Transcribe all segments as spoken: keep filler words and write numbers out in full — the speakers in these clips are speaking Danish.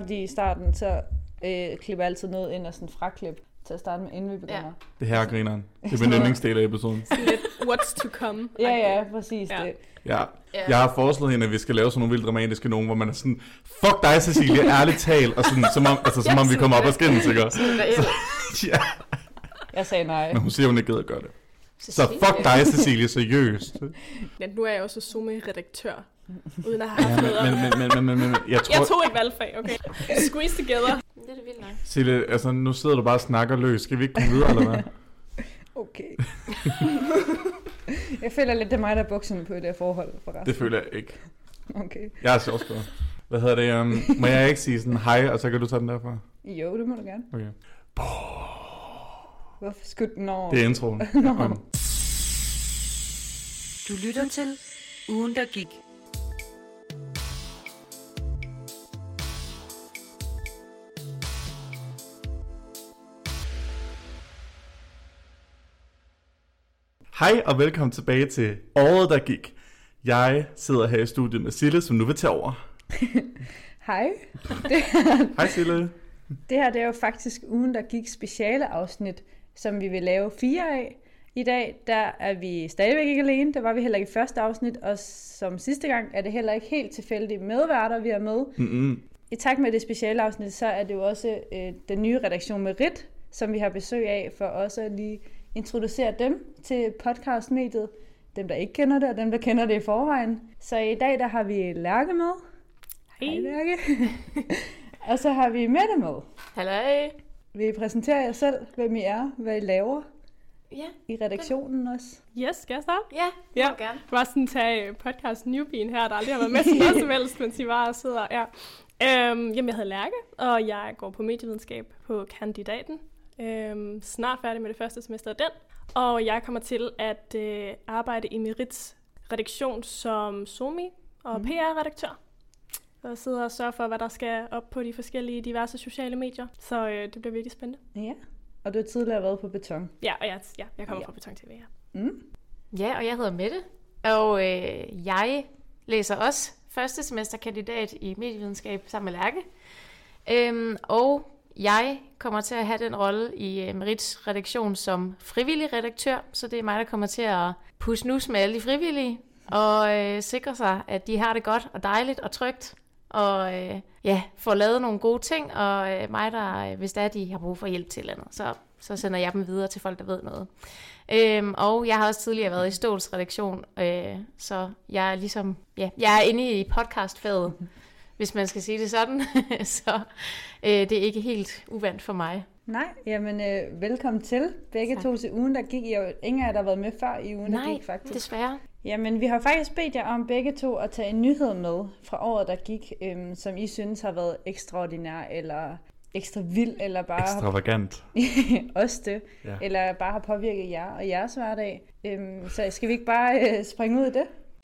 fordi i starten, så øh, klipper jeg altid noget ind og sådan fraklip til at starte med, inden vi begynder. Ja. Det her er grineren. Det er min yndlingsdel af episoden. Lidt what's to come. Ja, ja, præcis ja. det. Ja. ja, jeg har foreslået hende, at vi skal lave sådan nogle vildt dramatiske nogen, hvor man er sådan, fuck dig, Cecilie, ærligt tal, og sådan, som om, altså, som ja, om vi kommer op og skændes, ikke? Ja. Jeg sagde nej. Men hun siger, hun ikke gider at gøre det. Cecilie. Så fuck dig, Cecilie, seriøst. Ja, nu er jeg også Zoom-redaktør, uden at have haft noget. Men, men, men, men, men, men, jeg, tror... jeg tog et valgfag, okay. Squeeze together. Det er det vildt nok. Cecilie, altså nu sidder du bare og snakker løs. Skal vi ikke komme videre, eller hvad? Okay. Jeg føler lidt, det er mig, der er bukserne på i det forhold for resten. Det føler jeg ikke. Okay. Jeg er sjovskåret. Hvad hedder det? Um, må jeg ikke sige sådan hej, og så kan du tage den derfra? Jo, det må du gerne. Okay. Hvorfor skulle den over? Det er introen. Du lytter til Ugen, der gik. Hej og velkommen tilbage til Året, der gik. Jeg sidder her i studiet med Sille, som nu vil tage over. Hej. Hej Sille. Det her det er jo faktisk Ugen, der gik speciale afsnit, som vi vil lave fire af. I dag der er vi stadigvæk ikke alene, det var vi heller ikke i første afsnit, og som sidste gang er det heller ikke helt tilfældige medværter, vi er med. Mm-hmm. I takt med det speciale afsnit, så er det jo også øh, den nye redaktion Merit, som vi har besøg af, for også at lige introducere dem til podcastmediet. Dem, der ikke kender det, og dem, der kender det i forvejen. Så i dag, der har vi Lærke med. Hej. Hej Lærke. Og så har vi Mette med. Halløj. Vil I præsentere jer selv, hvem I er, hvad I laver? Ja. I redaktionen også. Yes, skal jeg starte? Ja, ja. jeg gerne. Det var sådan tage podcast newbien her, der aldrig har været med til noget som helst, mens I var og sidder. Ja. Øhm, jamen, jeg hedder Lærke, og jeg går på medievidenskab på kandidaten. Øhm, snart færdig med det første semester af den. Og jeg kommer til at øh, arbejde i Merits redaktion som somi og mm. P R-redaktør. Og sidder og sørger for, hvad der skal op på de forskellige diverse sociale medier. Så øh, det bliver virkelig spændende. Ja, og du har tidligere været på Beton. Ja, og jeg, ja, jeg kommer ja. fra Beton T V, ja. Mm. Ja, og jeg hedder Mette. Og øh, jeg læser også første semesterkandidat i medievidenskab sammen med Lærke. Øhm, og jeg kommer til at have den rolle i uh, Merits redaktion som frivillig redaktør, så det er mig, der kommer til at pusse nus med alle de frivillige, og øh, sikre sig, at de har det godt og dejligt og trygt, og øh, ja, får lavet nogle gode ting, og øh, mig, der, hvis der er, de har brug for hjælp til eller andet, så, så sender jeg dem videre til folk, der ved noget. Øhm, og jeg har også tidligere været i Ståls redaktion, øh, så jeg er ligesom, ja, jeg er inde i podcastfaget, hvis man skal sige det sådan, så øh, det er ikke helt uvandt for mig. Nej, jamen øh, velkommen til begge tak. To til Ugen, der gik. Jeg ingen af jer, der har været med før i Ugen, Nej, der gik faktisk. Nej, desværre. Jamen, vi har faktisk bedt jer om begge to at tage en nyhed med fra året, der gik, øhm, som I synes har været ekstraordinær, eller ekstra vild, eller bare... Ekstravagant. Også det. Ja. Eller bare har påvirket jer og jeres hverdag. Øhm, så skal vi ikke bare øh, springe ud i det?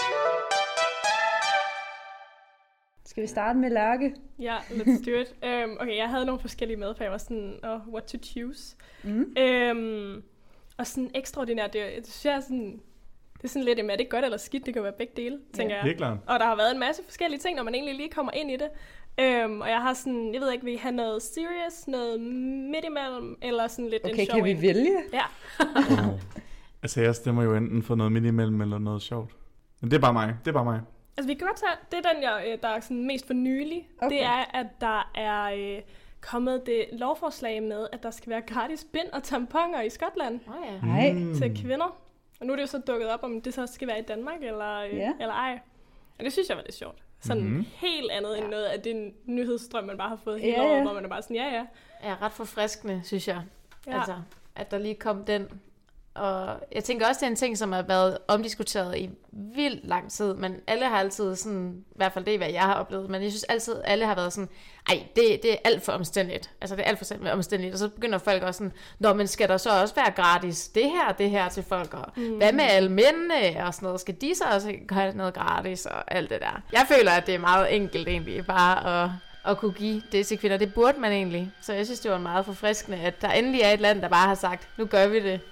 Skal vi starte med Lærke? Ja, yeah, let's do it. Um, okay, jeg havde nogle forskellige med, for jeg var sådan, oh, what to choose. Mm. Um, og sådan ekstraordinært, det, det synes jeg er sådan, det er sådan lidt, er det godt eller skidt? Det kan være begge dele, tænker ja, jeg. Helt klart. Og der har været en masse forskellige ting, når man egentlig lige kommer ind i det. Um, og jeg har sådan, jeg ved ikke, vil I have noget serious, noget midt imellem, eller sådan lidt okay, en sjov. Okay, kan vi vælge? Ja. oh. Altså, jeg stemmer jo enten for noget midt imellem, eller noget sjovt. Men det er bare mig, det er bare mig. Altså, vi kan godt tage, det er den, jeg, der er sådan mest for nylig. Okay. Det er, at der er øh, kommet det lovforslag med, at der skal være gratis bind og tamponer i Skotland. Oh, ja. Hej. Mm. Til kvinder. Og nu er det jo så dukket op, om det så skal være i Danmark eller, øh, yeah. eller ej. Og det synes jeg var lidt sjovt. Sådan mm-hmm. helt andet end noget af det nyhedsstrøm, man bare har fået hele yeah, året, yeah. hvor man er bare sådan, ja, ja. Ja, ret forfriskende, synes jeg. Ja. Altså, at der lige kom den. Og jeg tænker også, det er en ting, som har været omdiskuteret i vildt lang tid, men alle har altid sådan, i hvert fald det, hvad jeg har oplevet, men jeg synes altid, alle har været sådan, ej, det, det er alt for omstændigt. Altså, det er alt for omstændigt. Og så begynder folk også sådan, nå, men skal der så også være gratis det her, det her til folk, og mm. hvad med alle mændene, og sådan noget, skal de så også have noget gratis, og alt det der. Jeg føler, at det er meget enkelt egentlig, bare at, at kunne give det til kvinder. Det burde man egentlig. Så jeg synes, det var meget forfriskende, at der endelig er et land, der bare har sagt, nu gør vi det.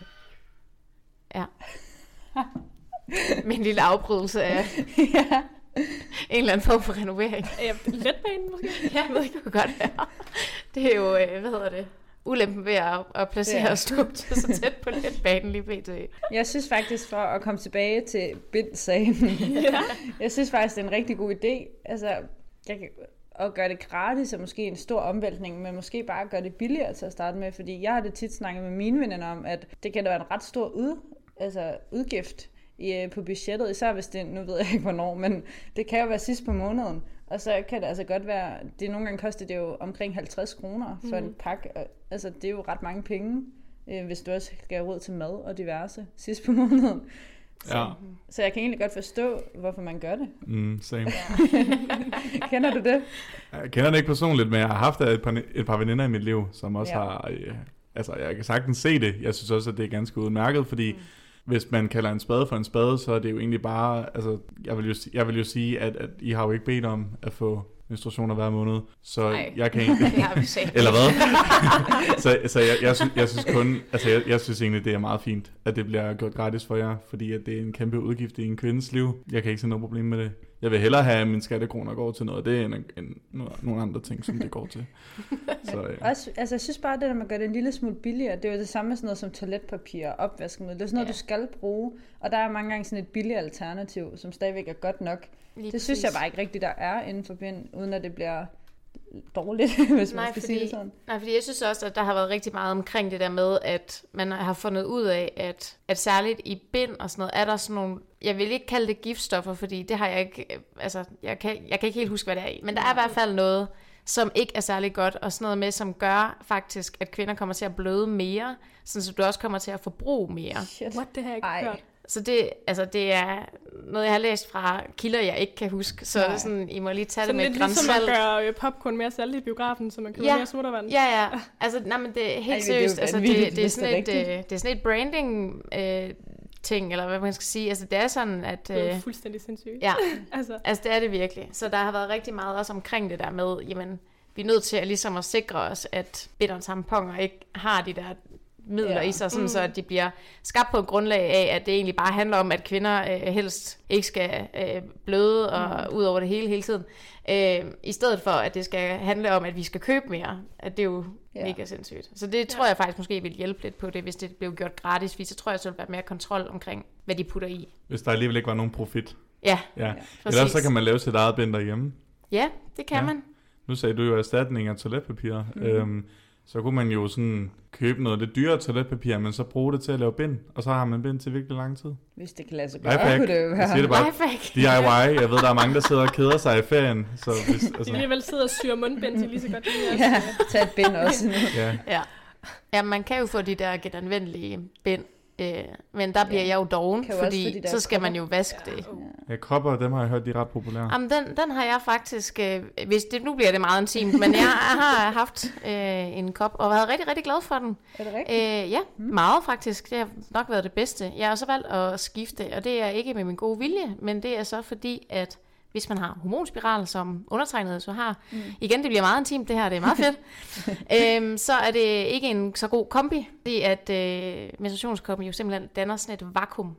Ja. Min lille afbrydelse af, ja. En eller anden form for renovering. Ja, letbanen måske? Ja, jeg ved ikke, hvor godt det er. Det er jo, øh, hvad hedder det, ulempen ved at, at placere Ja. os stumt så tæt på letbanen lige pt. Jeg synes faktisk, for at komme tilbage til bindsagen, Ja. jeg synes faktisk, det er en rigtig god idé. Altså, jeg kan, at gøre det gratis er måske en stor omvæltning, men måske bare gøre det billigere til at starte med, fordi jeg har det tit snakket med mine venner om, at det kan da være en ret stor ud, altså udgift i, på budgettet, især hvis det, nu ved jeg ikke hvornår, men det kan jo være sidst på måneden, og så kan det altså godt være, det nogle gange koster det jo omkring halvtreds kroner for mm. en pakke, og, altså det er jo ret mange penge, øh, hvis du også skal have råd til mad og diverse sidst på måneden. Så, Ja. så jeg kan egentlig godt forstå, hvorfor man gør det. Mm, same. Kender du det? Jeg kender det ikke personligt, men jeg har haft et par, et par veninder i mit liv, som også Ja. har... Øh, altså, jeg kan sagtens se det. Jeg synes også, at det er ganske udmærket, fordi mm. hvis man kalder en spade for en spade, så er det jo egentlig bare... Altså, jeg vil jo, jeg vil jo sige, at, at I har jo ikke bedt om at få menstruationer hver måned, så Nej. jeg kan egentlig... Det har vi set. Eller hvad? så så jeg, jeg, synes, jeg synes kun... Altså, jeg, jeg synes egentlig, det er meget fint, at det bliver gjort gratis for jer, fordi at det er en kæmpe udgift i en kvindes liv. Jeg kan ikke se noget problem med det. Jeg vil hellere have, at mine skattekroner går til noget af det, end, end nogle andre ting, som det går til. Så, ja. Også, altså jeg synes bare, det der man gør det en lille smule billigere, det er jo det samme med sådan noget som toiletpapir og opvaskemiddel. Det er sådan noget, Ja. du skal bruge, og der er mange gange sådan et billigt alternativ, som stadigvæk er godt nok. Lige Det synes jeg præcis. bare ikke rigtigt, der er inden for bind, uden at det bliver dårligt, hvis man Nej, skal fordi, sige det sådan. nej, fordi jeg synes også, at der har været rigtig meget omkring det der med, at man har fundet ud af, at, at særligt i bind og sådan noget, er der sådan nogle, jeg vil ikke kalde det giftstoffer, fordi det har jeg ikke, altså, jeg kan, jeg kan ikke helt huske, hvad det er i, men der er i hvert fald noget, som ikke er særlig godt, og sådan noget med, som gør faktisk, at kvinder kommer til at bløde mere, sådan så du også kommer til at forbruge mere. Shit. What, det har jeg ikke Ej. hørt. Så det, altså det er noget, jeg har læst fra kilder, jeg ikke kan huske, så Nej. sådan, I må lige tage Sådan det med lidt et ligesom at grænsalt. gøre øh, popcorn mere salt i biografen, så man køber Ja. mere sodavand. Ja, ja. Altså, nej, men det er helt Ej, men det er jo seriøst. Altså, det, vanvittigt, det, er hvis sådan det er et, øh, det er sådan et branding øh, ting, eller hvad man skal sige. Altså, det er sådan, at... Det er jo Øh, fuldstændig sindssygt. ja, Altså, altså det er det virkelig. Så der har været rigtig meget også omkring det der med, jamen, vi er nødt til at ligesom at sikre os, at bind og tamponer ikke har de der midler Ja. i sig, sådan Mm. så at de bliver skabt på et grundlag af, at det egentlig bare handler om, at kvinder øh, helst ikke skal øh, bløde og Mm. ud over det hele hele tiden. Øh, I stedet for, at det skal handle om, at vi skal købe mere. At det er jo Ja. mega sindssygt. Så det tror jeg faktisk måske vil hjælpe lidt på det, hvis det blev gjort gratis, fordi så tror jeg, så vil være mere kontrol omkring, hvad de putter i. Hvis der alligevel ikke var nogen profit. Ja, Ja. præcis. Ellers så kan man lave sit eget bind derhjemme. Ja, det kan Ja. man. Nu sagde du jo erstatning af toiletpapir. Mm. Øhm, så kunne man jo sådan købe noget lidt dyrere toiletpapir, men så bruge det til at lave bind. Og så har man bind til virkelig lang tid. Hvis det kan lade sig gøre, Lifehack. kunne det jo Jeg være. siger det bare. Lifehack. D I Y. Jeg ved, der er mange, der sidder og keder sig i ferien. Så hvis, de altså, alligevel sidder og syr mundbind til lige så godt. Det er Ja, tag et bind også nu. ja. Ja. Ja, man kan jo få de der genanvendelige bind, øh, men der bliver Ja. jeg jo doven, Kan jo også fordi få de der så skal man jo kopper. vaske det. ja, kopper, dem har jeg hørt, de er ret populære. Jamen, den, den har jeg faktisk, øh, hvis det, nu bliver det meget intimt, men jeg har haft øh, en kop, og været rigtig, rigtig glad for den. Er det rigtigt? Øh, ja, meget faktisk. Det har nok været det bedste. Jeg har også valgt at skifte, og det er ikke med min gode vilje, men det er så fordi, at hvis man har hormonspiral, som undertegnet så har, mm. igen, det bliver meget intimt det her, det er meget fedt, øhm, så er det ikke en så god kombi, fordi at øh, menstruationskoppen jo simpelthen danner sådan et vakuum.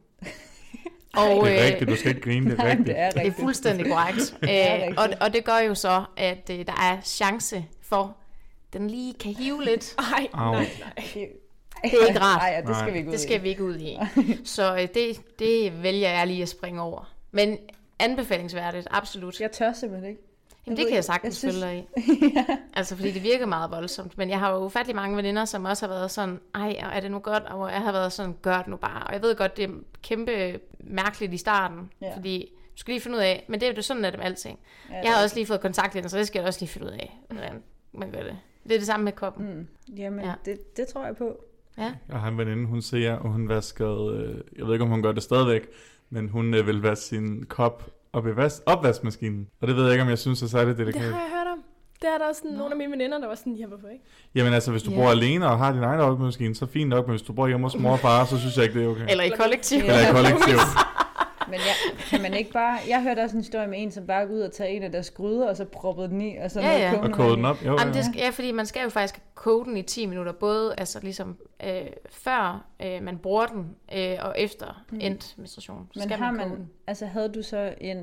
Og, Det er øh, rigtigt, du skal ikke grine, det er Nej, rigtigt. det er det er rigtigt. fuldstændig korrekt. er øh, rigtigt. og, og det gør jo så, at øh, der er chance for, den lige kan hive lidt. Ej, Au. nej, nej. Det er ikke rart. Nej, ja, det Nej. skal vi ikke ud Det skal vi ikke ud i. Så øh, det, det vælger jeg lige at springe over. Men anbefalingsværdigt, absolut. Jeg tør simpelthen ikke. Jamen, ved det kan ikke, jeg sagtens jeg følge synes- dig i. Altså, fordi det virker meget voldsomt. Men jeg har jo ufattelig mange veninder, som også har været sådan, ej, er det nu godt? Og hvor jeg har været sådan, gør det nu bare. Og jeg ved godt, det er kæmpe mærkeligt i starten. Ja. Fordi du skal lige finde ud af, men det er jo sådan, at det med alting. Ja, Jeg har også lige fået kontaktlinser, så det skal jeg også lige finde ud af, hvordan man gør det. Det er det samme med koppen. Mm. Jamen, Ja. ja. det, det tror jeg på. Ja. Jeg har en veninde, hun siger, at hun vaskede, øh, jeg ved ikke, om hun gør det stadigvæk, men hun øh, vil vaske sin kop op i vas- opvaskemaskinen. Og det ved jeg ikke, om jeg synes er særligt Det delikat. har jeg hørt om. Det er der også sådan, nogle af mine veninder, der var sådan, ja, hvorfor ikke? Jamen altså, hvis du Ja. bor alene og har din egen opvaskemaskine, så fint nok, men hvis du bor hjemme hos mor og far, så synes jeg ikke, det er okay. Eller i kollektiv. Eller i kollektiv. Men ja, kan man ikke bare... Jeg hørte også en historie med en, som bare går ud og tager en af deres gryder, og så proppede den i, og så Ja, noget ja. kogen Og kode oveni. den op. Jo, Jamen, ja. det skal, ja, fordi man skal jo faktisk koge den i ti minutter, både altså ligesom øh, før øh, man bruger den, øh, og efter mm. endt menstruation. Så Men skal har man koge man... den. Altså, havde du så en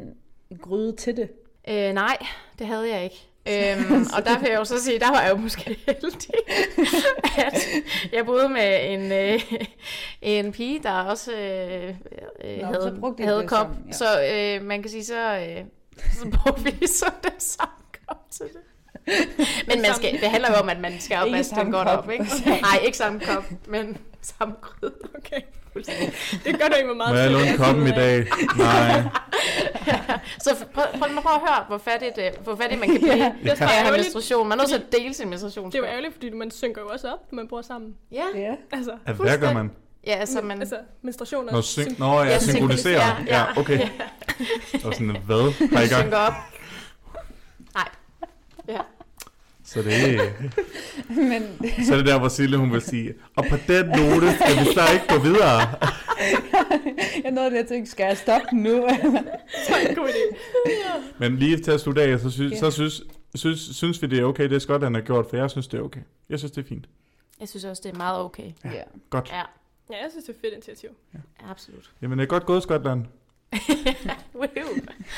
gryde til det? Øh, nej, det havde jeg ikke. øhm, og der vil jeg jo så sige, der var jeg jo måske heldig, at jeg boede med en, øh, en pige, der også øh, øh, Nå, havde, så havde det kop. sammen, ja. Så øh, man kan sige, så, øh, så brugte vi så den samme kop til det. Men man skal, det handler jo om, at man skal opvaske den godt op, ikke? Nej, ikke samme kop, men samme krydder. Okay. Det gør du ikke med meget. Må jeg låne koppen i dag? Nej. Ja. Så prøv, prøv, prøv at høre, hvor fattigt, hvor fattigt man kan blive Ja. ja. af at have menstruation. Man er nødt til at dele sin menstruation. Det er jo ærgerligt, fordi man synker jo også op, når man bor sammen. Ja. Ja. Altså, At hvad gør man? Ja, altså man... altså menstruation er... Nå, syn- Nå ja, Ja, synkronisere. synkronisere, Ja, ja. okay. Ja. Og sådan, hvad? Har I gang? synker op. Nej. Ja. Så det er, Men så er det der, hvor Sille, hun vil sige, og på den note skal vi så ikke gå videre. jeg nåede det, jeg tænkte, skal jeg stoppe nu? Så er en god idé. Men lige til at slutte af, så, synes, Ja. så synes, synes, synes vi, det er okay. Det er godt, han har gjort, for jeg synes, det er okay. Jeg synes, det er fint. Jeg synes også, det er meget okay. Ja. Godt. Ja, Ja, jeg synes, det er et fedt initiativ. ja absolut. Jamen, det er godt gået, Skotland. Woohoo.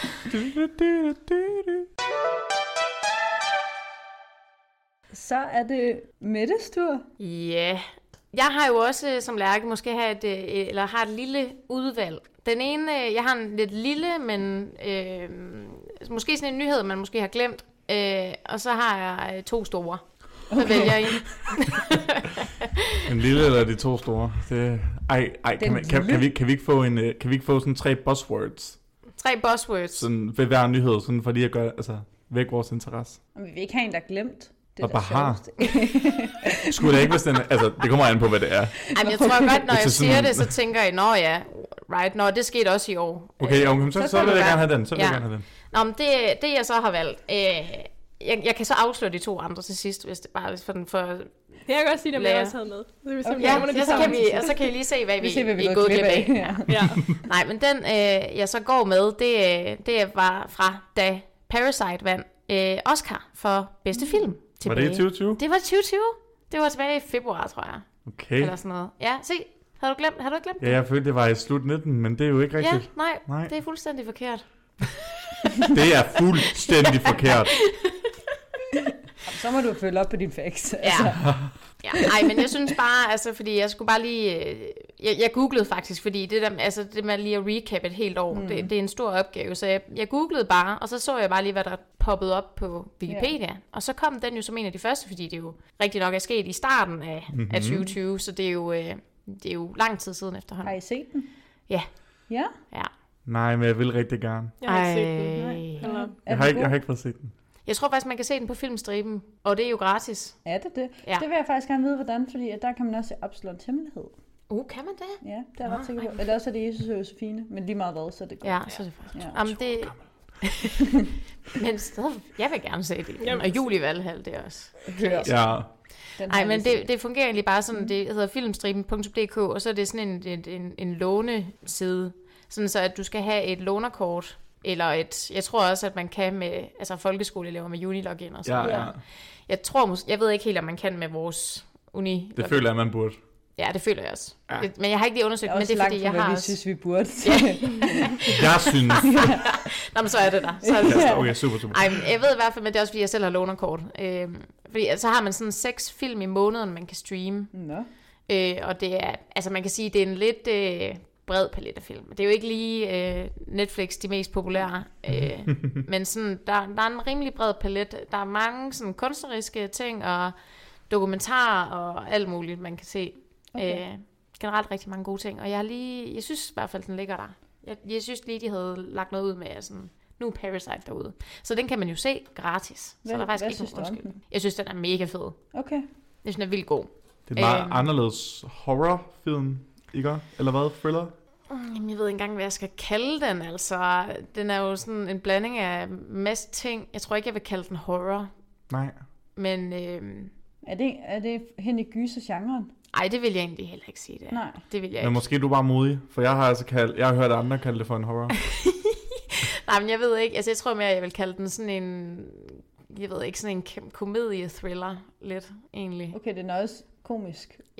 Så er det Mettes tur. Ja. Jeg har jo også som Lærke måske har et, øh, eller har et lille udvalg. Den ene, øh, jeg har en lidt lille, men øh, måske sådan en nyhed, man måske har glemt. Øh, og så har jeg øh, to store. Hvad okay. vælger I? En lille eller de to store? Det, ej, ej kan, man, kan, kan, vi, kan, vi ikke få en, øh, kan vi ikke få sådan tre buzzwords? Tre buzzwords. Sådan ved hver nyhed, sådan for lige at gøre, altså, væk vores interesse. Og vi vil ikke have en, der er glemt. Det Og der bare har. sjoveste. Skulle det ikke, hvis den, altså, det kommer an på, hvad det er. Ej, men jeg tror godt, når Hvis jeg det siger sådan- det, så tænker jeg, nå ja, right, nå, det skete også i år. Okay, okay så, så, så så kan vil du jeg gerne være- have den. Så vil jeg Ja. gerne have den. Nå, men det, det jeg så har valgt, øh, jeg, jeg kan så afsløre de to andre til sidst, hvis det bare er for den for... Jeg kan godt sige, dem jeg Lærer. også havde med. Det er Okay. simpelthen Ja, nogle af de ja, så samme kan vi, til og sidst. så kan I lige se, hvad vi, Vi ser, hvad vi er går gået glip glip af. af. Ja. Ja. Nej, men den, øh, jeg så går med, det, øh, det var fra, da Parasite vandt øh, Oscar for bedste film. Var det i tyve tyve? Det var tyve tyve. Det var tilbage i februar, tror jeg. Okay. Eller sådan noget. Ja, se. Havde du glemt, havde du glemt Ja, jeg følte, det var i slut nitten, men det er jo ikke Ja, rigtigt. nej, Nej. det er fuldstændig forkert. Det er fuldstændig forkert. Så må du følge op på din facts. Ja. Ja, nej, men jeg synes bare, altså, fordi jeg skulle bare lige, øh, jeg, jeg googlede faktisk, fordi det der, altså det med lige at recap et helt år, mm. det, det er en stor opgave, så jeg, jeg googlede bare, og så så jeg bare lige, hvad der poppede op på Wikipedia, yeah. og så kom den jo som en af de første, fordi det jo rigtig nok er sket i starten af, mm-hmm. af tyve tyve, så det er jo, øh, det er jo lang tid siden efterhånden. Har I set den? Ja. Ja? Ja. Nej, men jeg vil rigtig gerne. Jeg har ikke set den. Ej. Nej. Eller, Jeg har, ikke, jeg har ikke fået set den. Jeg tror faktisk, man kan se den på Filmstriben, og det er jo gratis. Er det det? Ja. Det vil jeg faktisk gerne vide, hvordan, fordi at der kan man også se Absalons Hemmelighed. Uh, kan man det? Ja, det er jeg ret sikker på. Eller også er det Jesus og Josefine, men lige meget hvad, så er det godt. Ja, så er det faktisk. Ja. Jamen, det... men stadig, jeg vil gerne se det igen. Jamen, Og Julie Valhall, det er også. Hør. Ja, Den Nej, har men vi set. det, det fungerer egentlig bare sådan, det hedder filmstriben punktum d k, og så er det sådan en, en, en, en låneside, sådan så at du skal have et lånerkort, eller et, jeg tror også, at man kan med, altså folkeskoleelever med Unilogin og sådan ja, noget. ja. Jeg tror, mås- jeg ved ikke helt, om man kan med vores uni. Det føler jeg, man burde. Ja, det føler jeg også. Ja. Det, men jeg har ikke lige undersøgt, Jeg er men også det er langt fordi, fra, jeg hvad har vi også... synes, vi burde. Jeg synes. Nå, men så er det der. Så er det der. Ja, okay, super, super. Ej, men jeg ved i hvert fald, men det er også, fordi jeg selv har lånerkort. Øhm, fordi så har man sådan seks film i måneden, man kan streame. Nå. Øh, og det er, altså man kan sige, det er en lidt øh, bred palet af film. Det er jo ikke lige øh, Netflix de mest populære, øh, men sådan, der, der er en rimelig bred palet. Der er mange sådan kunstneriske ting, og dokumentarer, og alt muligt, man kan se. Okay. Øh, generelt rigtig mange gode ting, og jeg har lige, jeg synes i hvert fald, den ligger der. Jeg, jeg synes lige, de havde lagt noget ud med, sådan, nu er Parasite derude. Så den kan man jo se gratis. Hvad- så der er faktisk hvad ikke synes nogen du om undskyld. den? Jeg synes, den er mega fed. Okay. Jeg synes, den er vildt god. Det er meget Øhm. anderledes horrorfilm, ikke? Eller hvad? Thriller? Jamen, jeg ved ikke engang, hvad jeg skal kalde den. Altså, den er jo sådan en blanding af masse ting. Jeg tror ikke, jeg vil kalde den horror. Nej. Men øhm, Er det, er det hen i gyser-genren? ej, det vil jeg egentlig heller ikke sige det. er. Nej. Det vil jeg Men ikke. måske er du bare modig, for jeg har altså kaldt, jeg har hørt andre kalde det for en horror. Nej, men jeg ved ikke. Altså, jeg tror mere, jeg vil kalde den sådan en... Jeg ved ikke, sådan en kom- komedie-thriller lidt, egentlig. Okay, den er også komisk. Ja,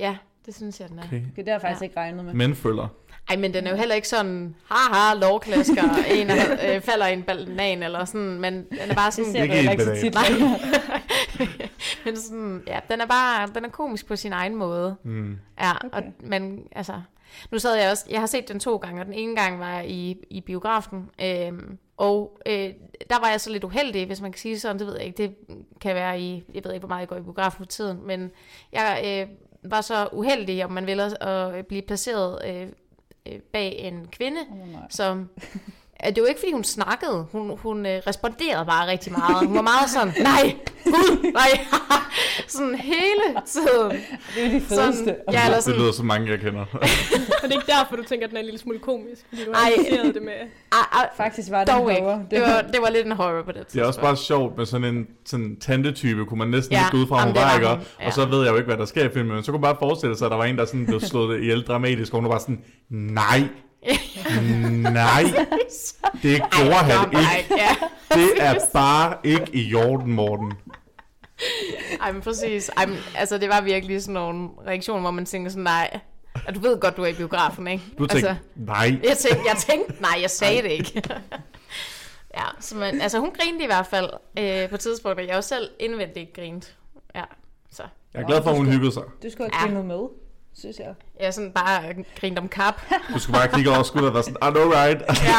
Det synes jeg, den er. Okay. Okay, det har jeg faktisk Ja. ikke regnet med. Mændfølger. Ej, men den er jo heller ikke sådan, haha, lovklasker, en øh, falder i en banan, eller sådan, men den er bare Det sådan... ser Ikke du heller en ikke så tit. banan. men sådan, ja, den er bare, den er komisk på sin egen måde. Mm. Ja, Okay. og man, altså... Nu sad jeg også, jeg har set den to gange, og den ene gang var jeg i, i biografen, øhm, og øh, der var jeg så lidt uheldig, hvis man kan sige sådan, det ved jeg ikke, det kan være i, jeg ved ikke, hvor meget jeg går i biografen for tiden, men jeg øh, var så uheldig, om man vil, at, at blive placeret øh, øh, bag en kvinde, Oh, nej. som... Det var ikke, fordi hun snakkede. Hun, hun øh, responderede bare rigtig meget. Hun var meget sådan, nej, gud, nej. sådan hele tiden. Det er jo de fedeste. Sådan, ja, eller Det sådan, lyder så mange, jeg kender. Og det er ikke derfor, du tænker, at den er en lille smule komisk, fordi du har Ej. associeret det med... ah, ah, Faktisk var det en dog ikke. horror. Det var, det var lidt en horror på det tidspunkt. Det er også bare sjovt med sådan en sådan tante-type, kunne man næsten Ja, ikke gå ud fra, hun jamen, det var, var ikke? hun, ja. Og så ved jeg jo ikke, hvad der sker i filmen, men så kunne man bare forestille sig, at der var en, der sådan blev slået ihjel dramatisk, og hun var bare sådan, nej, nej, det gjorde Ej, han nej, ikke. Ja. Det er bare ikke i orden, Morten. Ej, men præcis. Ej, men, altså, det var virkelig sådan nogle reaktioner, hvor man tænker sådan, nej. Og du ved godt, du er i biografen, ikke? Du tænkte, altså, nej. jeg, tænkte, jeg tænkte, nej, jeg sagde det ikke. ja, så man, altså hun grinede i hvert fald øh, på tidspunkt, og jeg også selv indvendigt grint. Ja, så. Jeg er glad for, at hun hyggede sig. Du skulle Ja. have grinet med, synes jeg. Jeg er sådan bare grint om kap. Du skulle bare kigge over skulderen og være sådan, I know right. Ja.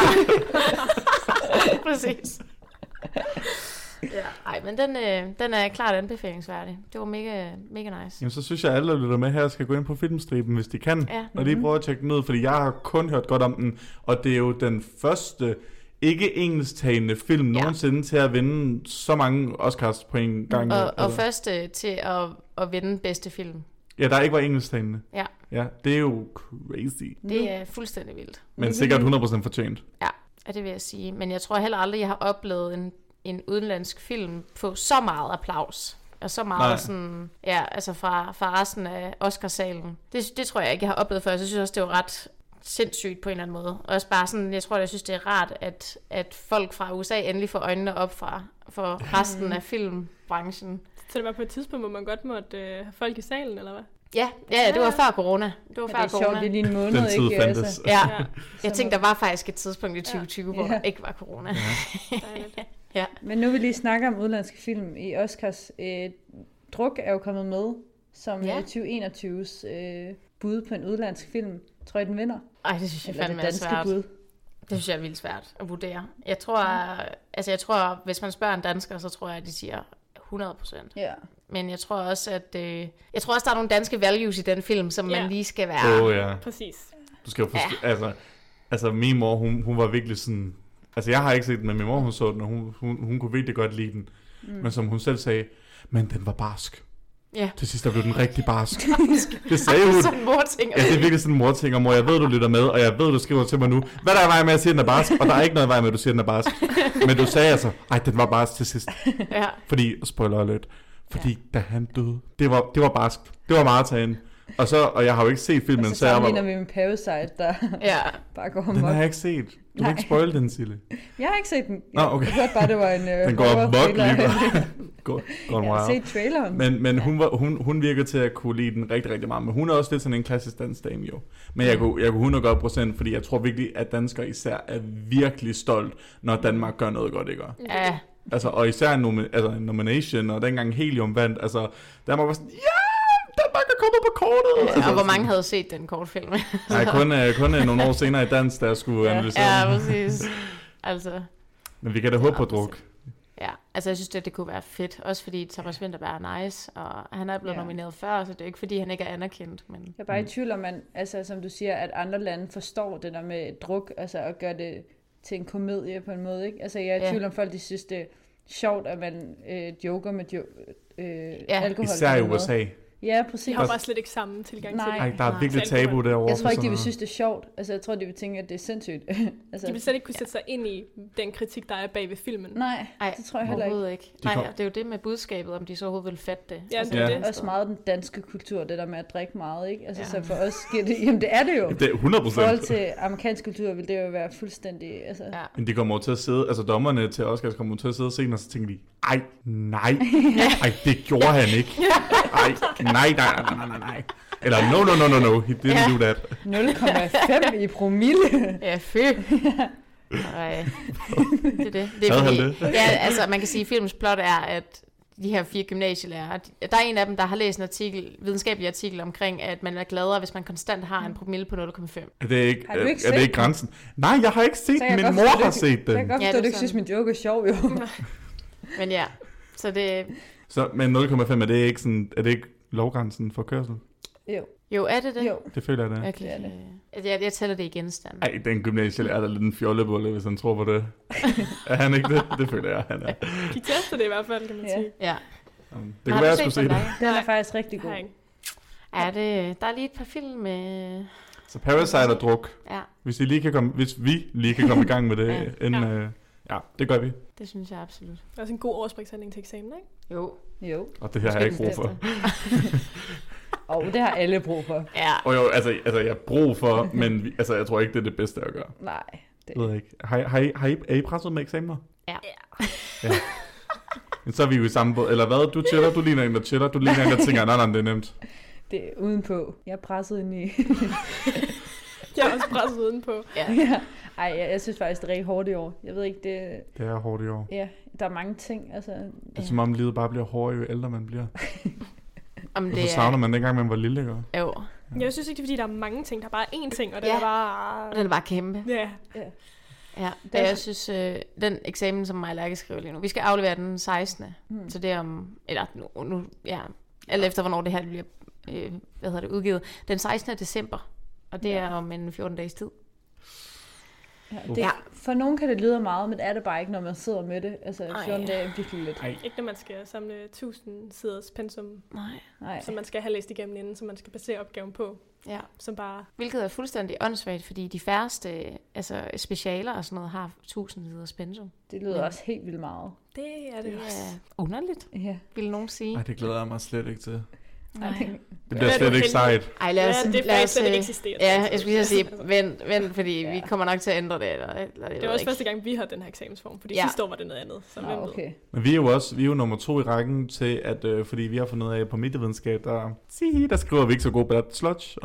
Præcis. Ja, ej, men den, øh, den er klart anbefalingsværdig. Det var mega, mega nice. Jamen, så synes jeg, at alle, der lytter med her, skal gå ind på Filmstriben, hvis de kan. Ja. Og lige prøve at tjekke den ud, fordi jeg har kun hørt godt om den. Og det er jo den første ikke engelsktalende film Ja. nogensinde til at vinde så mange Oscars på en gang. Og, og Altså. først øh, til at, at vinde bedste film. Ja, der ikke var engelsktalende. Ja, Ja, det er jo crazy. det er fuldstændig vildt. Men sikkert hundrede procent fortjent. Ja, ja, det vil jeg sige. Men jeg tror heller aldrig, jeg har oplevet en, en udenlandsk film få så meget applaus. Og så meget Nej. sådan, ja, altså fra, fra resten af Oscarsalen. Det, det tror jeg ikke, jeg har oplevet før. Så jeg synes også, det var ret sindssygt på en eller anden måde. Og også bare sådan, jeg tror, jeg synes, det er rart, at, at folk fra U S A endelig får øjnene op fra, for resten af filmbranchen. Så det var på et tidspunkt, hvor man godt måtte øh, have folk i salen, eller hvad? Ja, ja, ja, det var før corona. Det var Men før det er sjovt, corona. det er lige en måned, Den tid ikke? fandtes. Ja, Ja, jeg tænkte, der var faktisk et tidspunkt i tyve tyve, hvor Ja. der ikke var corona. dejligt. Ja. Men nu vil vi lige snakke om udenlandske film i Oscars. Øh, Druk er jo kommet med som Ja. ja. tyve enogtyves øh, bud på en udenlandsk film. Tror I, den vinder? Ej, det synes jeg Eller det fandme er danske svært. bud? Det synes jeg er vildt svært at vurdere. Jeg tror, altså jeg tror, hvis man spørger en dansker, så tror jeg, at de siger hundrede procent. Ja. Men jeg tror også, at øh, jeg tror også, der er nogle danske values i den film, som Ja. man lige skal være. Åh oh, ja. Præcis. Du skal jo forstå, ja. altså, altså min mor, hun, hun var virkelig sådan, altså jeg har ikke set den, men min mor, hun så den, og hun, hun, hun kunne virkelig godt lide den. Mm. Men som hun selv sagde, men den var barsk. Ja. Til sidst der blev den rigtig barsk. Det sagde hun. Sådan en morting. Ja, det er virkelig sådan en morting, og mor, jeg ved, du lytter med, og jeg ved, du skriver til mig nu. Hvad der er vej med at sige, at den er barsk? Og der er ikke noget vej med, at du siger, at den er barsk. Men du sagde altså, ej, den var barsk til sidst. Ja. Fordi, spoiler alert, fordi ja. da han døde, det var, det var barsk. Det var meget tagen. Og så, og jeg har jo ikke set filmen, Og så så jeg sammenligner var... vi med Parasite, der Ja. bare går Den har amok. jeg ikke set. Du Nej. kan ikke spoil den, Sille. Jeg har ikke set den. Nå, okay. Jeg hørte bare, det var en uh, Den går amok lige Går, går Jeg har meget. set traileren. Men, men hun, var, hun, hun virkede til at kunne lide den rigtig, rigtig meget. Men hun er også lidt sådan en klassisk dansk dame, jo. Men jeg kunne, jeg kunne hundrede godt procent, fordi jeg tror virkelig, at danskere især er virkelig stolt, når Danmark gør noget godt, ikke? Ja. Altså, og især en, nomi- altså, en nomination, og dengang Helium vandt, altså, der var bare sådan, ja, Danmark er kommet på kortet. Ja, Altså, og hvor mange havde set den kortfilm? Nej, kun, uh, kun uh, nogle år senere i dans, der skulle Ja. analysere Ja, den. præcis. Altså, Men vi kan da håbe på druk. ja. Altså, jeg synes, det, det kunne være fedt. Også fordi Thomas Vinterberg er nice, og han er blevet Ja. nomineret før, så det er ikke, fordi han ikke er anerkendt. Men... Jeg er bare i tvivl om, man, altså, som du siger, at andre lande forstår det der med druk, altså at gøre det til en komedie på en måde, ikke? Altså jeg er i Ja. tvivl om folk, de synes, det er sjovt, at man øh, joker med jo, øh, Ja. alkohol. Især på i den måde. U S A. Ja, De præcis. har bare slet ikke samme tilgang Nej. til det. Ej, der er Nej. virkelig Alkohol. tabu derovre. Jeg tror for ikke, de sådan vil noget. synes, det er sjovt. Altså jeg tror, de vil tænke, at det er sindssygt. altså, De vil slet ikke kunne sætte sig ind i den kritik, der er bag ved filmen. Nej, Ej, det tror jeg heller ikke. overhovedet ikke. De Nej, kom- det er jo det med budskabet, om de så overhovedet vil fatte det. Ja, Altså, det er Ja. det. Også meget den danske kultur, det der med at drikke meget, ikke? Altså Ja. så for os giver det, jamen det er det jo. Det er hundrede I forhold procent. til amerikansk kultur vil det jo være fuldstændig, altså... Ja. Men de kommer jo til at sidde, altså dommerne til Oscars kommer jo til at sidde og se, og så tænker de, Ej, nej. Ej, det gjorde han ikke. Ej, nej, nej, nej, nej, nej, nej. Eller no, no, no, no, no, he didn't Ja. do that. nul komma fem i promille. Ja, fy. Nej, det er det. Det er Havde han fordi, det? ja, altså man kan sige, at filmens plot er, at de her fire gymnasielærere, de- der er en af dem, der har læst en artikel, videnskabelig artikel omkring, at man er gladere, hvis man konstant har en promille på nul komma fem. Er det ikke, Har du ikke er det set ikke grænsen? Nej, jeg har ikke set Så den. jeg Min kan mor godt forstå, har det- set den. Jeg kan godt Ja, forstå, det er at du ikke sådan. synes, min joke er sjov, jo. Men ja, så det, Så, men nul komma fem, er det ikke sådan, er det ikke lovgrænsen for kørsel? Jo, jo, er det det? jo. Det føler jeg, det er. Okay. Det er det. Øh, Jeg, jeg tæller det i genstand. Ej, den gymnasielærer er da lidt en fjollebulle, hvis han tror på det. Er han ikke det? Det føler jeg, han er. De tester det i hvert fald, kan man Ja. sige. Ja. Um, det Har kunne være, du jeg skulle set se den, det. Lærke? Den er Nej. faktisk rigtig god. Har jeg ikke. Er det, der er lige et par film med... Så Parasite og druk. Ja, Hvis, I lige kan komme, hvis vi lige kan komme i gang med det, Ja. inden, Ja. øh, ja, det gør vi. det synes jeg absolut. Det er også en god overspringshandling til eksamen, ikke? Jo. Jo, Og det her har jeg ikke brug for. og det har alle brug for. Ja. Og jo, altså, altså jeg har brug for, men vi, altså, jeg tror ikke, det er det bedste at gøre. Nej, det Det ved jeg ikke. Har, I- har, I, har I, er I presset med eksamener? Ja. Ja. Men så er vi jo i samme båd. Eller hvad? Du chiller, du ligner en, der chiller. Du ligner en, der tænker, nej, nej, det er nemt. det er udenpå. Jeg er presset ind i. Jeg er også presset udenpå. Ja. ja. Ej, jeg, jeg synes faktisk, det er rigtig hårdt i år. Jeg ved ikke, det... Det er hårdt i år. Ja, der er mange ting, altså... Det er som om livet bare bliver hårdere, jo ældre man bliver. Om Hvorfor det savner er... man dengang, man var lille, ikke? Jo. Jeg synes ikke, det er, fordi der er mange ting. Der er bare én ting, og det Ja. er bare... Og den er bare kæmpe. Ja. Ja, Det er- jeg synes, øh, den eksamen, som mig og Lærke skriver lige nu, vi skal aflevere den sekstende Hmm. Så det er om, eller nu, nu ja, alt efter hvornår det her bliver, øh, hvad hedder det, udgivet. Den sekstende december, og det Ja. er om en fjorten dages tid. Ja, det, Ja. For nogen kan det lyde meget, men det er det bare ikke, når man sidder med det. Altså, Ej. fjorten dage er virkelig lidt. Ej. Ikke når man skal samle tusind siders pensum, Nej. Nej. som man skal have læst igennem inden, som man skal basere opgaven på. Ja. Som bare... Hvilket er fuldstændig åndssvagt, fordi de færreste altså specialer og sådan noget har tusind siders pensum. Det lyder Men- også helt vildt meget. Det er det Det også. er underligt, Ja. vil nogen sige. Ej, det glæder jeg mig slet ikke til. Nej. Det Ja, bliver du slet ikke heldig. sejt. Ej, lad os, Ja, det er lad faktisk os, slet ikke øh, eksisterer. Ja, jeg skulle lige sige, vent, vent, fordi ja. vi Ja. kommer nok til at ændre det. Eller, eller, Det er også første gang, vi har den her eksamensform, fordi Ja. ja. sidste år var det noget andet. Så hvem Ah, ved? okay. Men vi er jo også vi er jo nummer to i rækken til, at øh, fordi vi har fundet ud af på medievidenskab, der, sige, der skriver vi ikke så gode bachelors.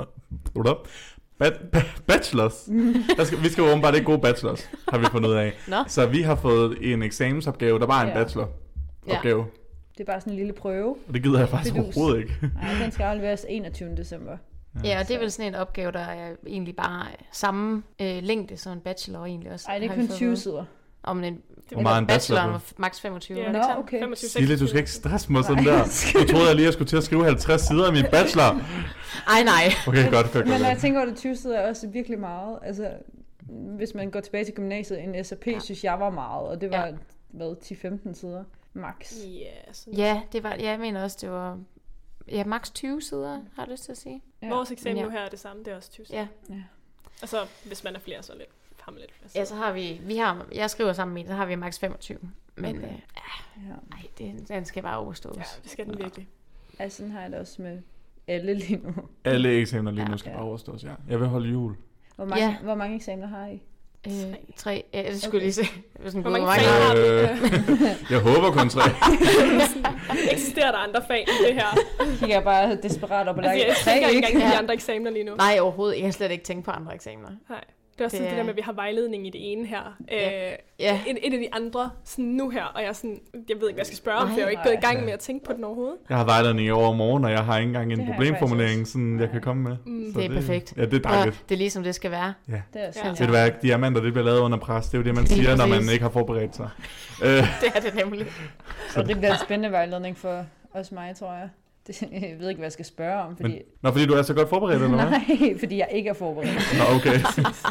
Ba- ba- bachelors. Der skal, vi skal jo åbenbart ikke gode bachelors, har vi fundet ud af. Nå. Så vi har fået en eksamensopgave, der bare er en Ja. bacheloropgave. Det er bare sådan en lille prøve. Og det gider jeg faktisk Bedus. overhovedet ikke. Nej, den skal afleveres enogtyvende december. Ja, og det er vel sådan en opgave, der er egentlig bare samme øh, længde som en bachelor egentlig også. Ej, det er har vi kun fået tyve at vide. sider. Om en, Hvor meget er en bachelor bacheloren på? var maks femogtyve. Ja, var det Nå, ikke sådan? okay. femogtyve, Sille, du skal seksogtyve. ikke stresse mig sådan Nej. der. Du troede jeg lige, jeg skulle til at skrive halvtreds sider af min bachelor. Ej, nej. Okay, godt. godt, Men når jeg godt. tænker over det, tyve sider er også virkelig meget. Altså, hvis man går tilbage til gymnasiet, en S A P, Ja. ja. synes jeg var meget. Og det var, Ja. ja. hvad, ti femten sider? Max. Ja, sådan. Ja, det var, ja, jeg mener også, det var ja, maks tyve sider, har jeg lyst til at sige. Ja. Vores eksamen Ja. nu her er det samme, det er også tyve. Ja, Og så hvis man er flere, så er lidt, har man lidt flere. ja så har vi, vi har, jeg skriver sammen med en, så har vi maks femogtyve. Men Okay. okay. øh, Ja. ej, det, den skal bare overstås. Ja, det skal den virkelig. Altså, sådan har jeg det også med alle lige nu. Alle eksamener lige nu Ja. skal Ja. bare overstås, ja. Jeg vil holde jul. Hvor mange, Ja. hvor mange eksamener har I? Øh, Tre. tre. Ja, det skulle jeg Okay. lige se. Jeg var sådan, Hvor gud, mange hvor fag mange har du? Øh, jeg håber kun tre. Eksisterer der andre fag end det her? Kigger jeg bare desperat op og Altså, lager jeg tre, tænker ikke ikke? engang på de Ja. andre eksamener lige nu. Nej, overhovedet. Jeg har slet ikke tænkt på andre eksamener. Nej. Det er også Det sådan det er- der med, at vi har vejledning i det ene her. Ja. Øh, Ja, et, et af de andre sådan nu her, og jeg, er sådan, jeg ved ikke, hvad jeg skal spørge om, Nej. for jeg er jo ikke gået i gang Nej. med at tænke på den overhovedet. Jeg har vejledning i over morgen, og jeg har ikke engang en Det har jeg problemformulering, faktisk sådan, jeg kan komme med. Mm. Så det er perfekt. Ja, det er Og dejligt. det er ligesom det skal være. Ja. Det er så. Ja. Ved du hvad, diamanter, det bliver lavet under pres. Det er jo det, man Lige siger, når man præcis. ikke har forberedt sig. Øh, Det er det nemlig. Og det bliver en spændende vejledning for også mig, tror jeg. Det, jeg ved ikke, hvad jeg skal spørge om, fordi... men, nå, fordi du er så godt forberedt, eller hvad? Nej, fordi jeg ikke er forberedt. Nå, okay.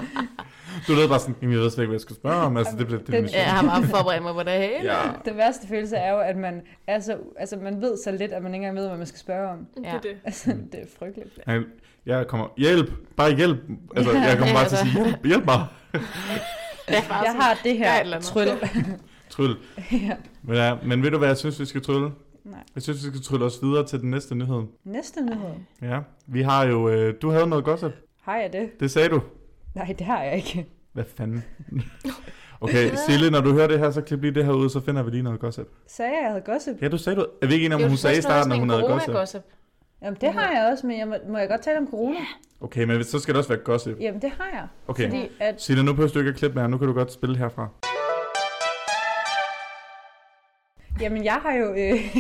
Du lød bare sådan, jamen, jeg ved slet ikke, hvad jeg skal spørge om. Altså, det bliver det er Den- mission. Jeg har bare forberedt mig på det hele. Ja. Den værste følelse er jo, at man, er så, altså, man ved så lidt, at man ikke engang ved, hvad man skal spørge om. Det Ja. er det. Altså, det er frygteligt. Jeg, jeg kommer, hjælp, bare hjælp. Altså, jeg kommer Ja, bare til at altså. sige, hjælp, hjælp mig. Det er bare Jeg sådan- har det gør et her eller andet. tryl. Tryl. Ja. Men, ja, men ved du, hvad jeg synes, vi skal trylle? Nej. Jeg synes, vi skal trylle os videre til den næste nyhed. Næste nyhed. Ja, vi har jo, øh, du havde noget gossip. Har jeg det? Det sagde du. Nej, det har jeg ikke. Hvad fanden? Okay, Sille, når du hører det her, så klip lige det her ud, så finder vi lige noget gossip. Sagde jeg, jeg havde gossip? Ja, du sagde du. Er vi ikke enige om, hun sagde i starten, at hun havde gossip? gossip? Jamen, det har jeg også, men jeg må, må jeg godt tale om corona? Okay, men så skal det også være gossip. Jamen, det har jeg. Okay, Fordi at... Sille, nu behøver du ikke at klippe mere. Nu kan du godt spille herfra. Jamen, jeg har jo øh,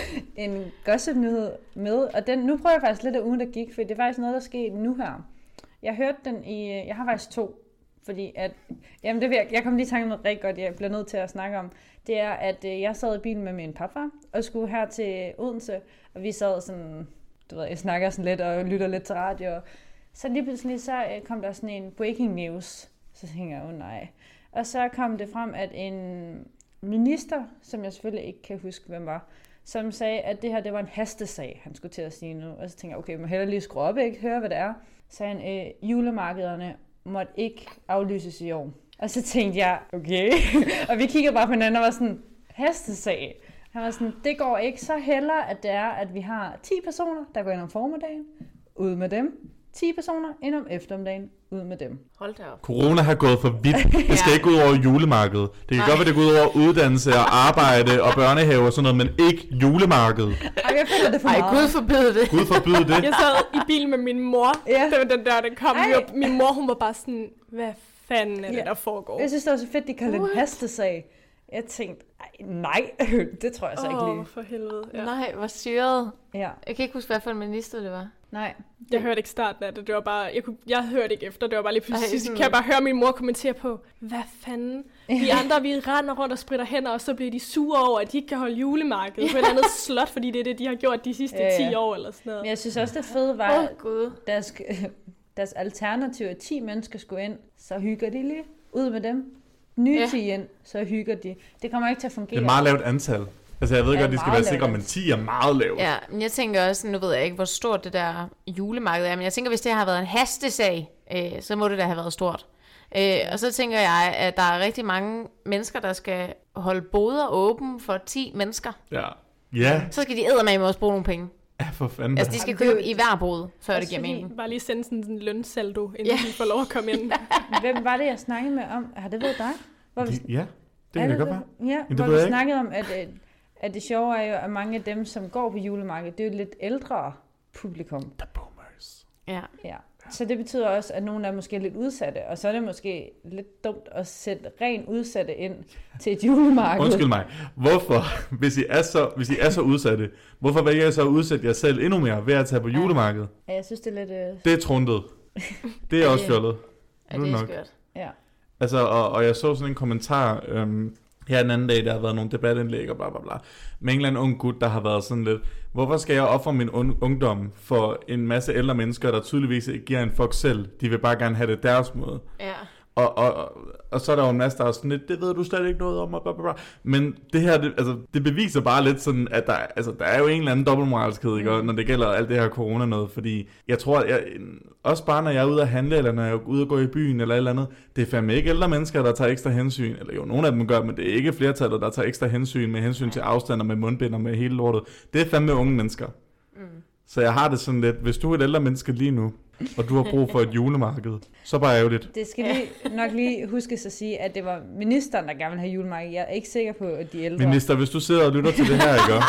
en gossip-nyhed med, og den, nu prøver jeg faktisk lidt af ugen, der gik, for det er faktisk noget, der skete nu her. Jeg hørte den i, jeg har faktisk to, fordi at, jamen det vil jeg, jeg kom lige i tanke om noget rigtig godt, jeg bliver nødt til at snakke om. Det er, at øh, jeg sad i bilen med min papfar, og skulle her til Odense, og vi sad sådan, du ved, jeg snakker sådan lidt, og lytter lidt til radio. Så lige pludselig så øh, kom der sådan en breaking news, så tænkte jeg, åh oh, nej. Og så kom det frem, at en minister, som jeg selvfølgelig ikke kan huske, hvem var, som sagde, at det her, det var en hastesag, han skulle til at sige nu. Og så tænkte jeg, okay, jeg må hellere lige skrue op, ikke? Høre, hvad det er. Så han, øh, julemarkederne måtte ikke aflyses i år. Og så tænkte jeg, okay. Og vi kiggede bare på hinanden og var sådan, hastesag. Han var sådan, det går ikke så heller, at det er, at vi har ti personer, der går ind om formiddagen, ud med dem. ti personer ind om eftermiddagen, ud med dem. Hold da op. Corona har gået for vidt. Det skal ikke gå ud over julemarkedet. Det kan Nej. godt være, det går ud over uddannelse og arbejde og børnehave og sådan noget, men ikke julemarkedet. Ej, jeg føler det for meget. Ej, Gud forbyde det. Gud forbyde det. Jeg sad i bil med min mor, Ja. da den der, den kom. Ej. Min mor, hun var bare sådan, hvad fanden er det, Ja. der foregår? Jeg synes, det var så fedt, de kaldte en hastesag. Jeg tænkte, ej, nej, det tror jeg så ikke Åh, lige. for helvede. Ja. Nej, hvor syret. Ja, Jeg kan ikke huske, hvad for en minister det var. nej. Jeg hørte ikke starten af det. Det var bare, jeg, kunne, jeg hørte ikke efter. Det var bare lige pludselig, Ej, så sådan- kan jeg bare høre min mor kommentere på, hvad fanden? Vi andre, vi render rundt og spritter hænder, og så bliver de sure over, at de ikke kan holde julemarked på et eller andet slot, fordi det er det, de har gjort de sidste Ja, ja. ti år eller sådan noget. Men jeg synes også, det fede var, Åh, at Gud. deres, deres alternativ er ti mennesker skulle ind, så hygger de lige ud med dem. Nye Ja. ti ind, så hygger de. Det kommer ikke til at fungere. Det er et meget lavt antal. Altså, jeg ved Ja, godt, de skal meget være sikre, lavt. men ti er meget lavt. Ja, men jeg tænker også, nu ved jeg ikke, hvor stort det der julemarked er, men jeg tænker, hvis det har været en hastesag, øh, så må det da have været stort. Øh, og så tænker jeg, at der er rigtig mange mennesker, der skal holde boder åben for ti mennesker. Ja. Ja, Så skal de eddermame også bruge nogle penge. ja for fanden. Altså, de skal Jamen, det er købe jo- i hver bod, før det Også giver fordi- mening. Bare lige sende sådan en lønsaldo, inden Ja. de får lov at komme ind. Hvem var det, jeg snakkede med om? Har det været dig? Hvor vi, Ja, det er kan det godt være. Ja, det hvor ved vi jeg ikke. snakkede om, at, øh, at det sjove er jo, at mange af dem, som går på julemarkedet, det er jo lidt ældre publikum. The boomers. Ja. Ja. Så det betyder også, at nogle er måske lidt udsatte, og så er det måske lidt dumt at sætte ren udsatte ind til et julemarked. Undskyld mig. Hvorfor, hvis I er så, hvis I er så udsatte, hvorfor vælger I så at udsætte jer selv endnu mere ved at tage på julemarkedet? Ja, jeg synes, det er lidt... Øh... Det er trundet. Det er også fjollet. Ja, Nu det er nok. skørt. Ja. Altså, og, og jeg så sådan en kommentar øhm, her den anden dag, der har været nogle debatindlæg og bla bla bla, med en eller anden ung gut, der har været sådan lidt, hvorfor skal jeg ofre min un- ungdom for en masse ældre mennesker, der tydeligvis ikke giver en fuck selv? De vil bare gerne have det deres måde. Ja. Og, og, og, og så er der jo en masse, der er sådan lidt, det ved du slet ikke noget om, og bla, bla, bla. Men det her, det, altså, det beviser bare lidt sådan, at der, altså, der er jo en eller anden dobbeltmoralskhed, ikke? Og når det gælder alt det her corona noget, fordi jeg tror, at jeg, også bare når jeg er ude at handle, eller når jeg er ude at gå i byen, eller et eller andet, det er fandme ikke ældre mennesker, der tager ekstra hensyn, eller jo, nogle af dem gør, men det er ikke flertallet, der tager ekstra hensyn, med hensyn til afstand og med mundbind og med hele lortet. Det er fandme unge mennesker. Mm. Så jeg har det sådan lidt, hvis du er et ældre menneske lige nu, og du har brug for et julemarked, så bare ærgerligt. Det skal lige, nok lige huskes at sige, at det var ministeren, der gerne ville have julemarked. Jeg er ikke sikker på, at de ældre... Minister, hvis du sidder og lytter til det her, ikke?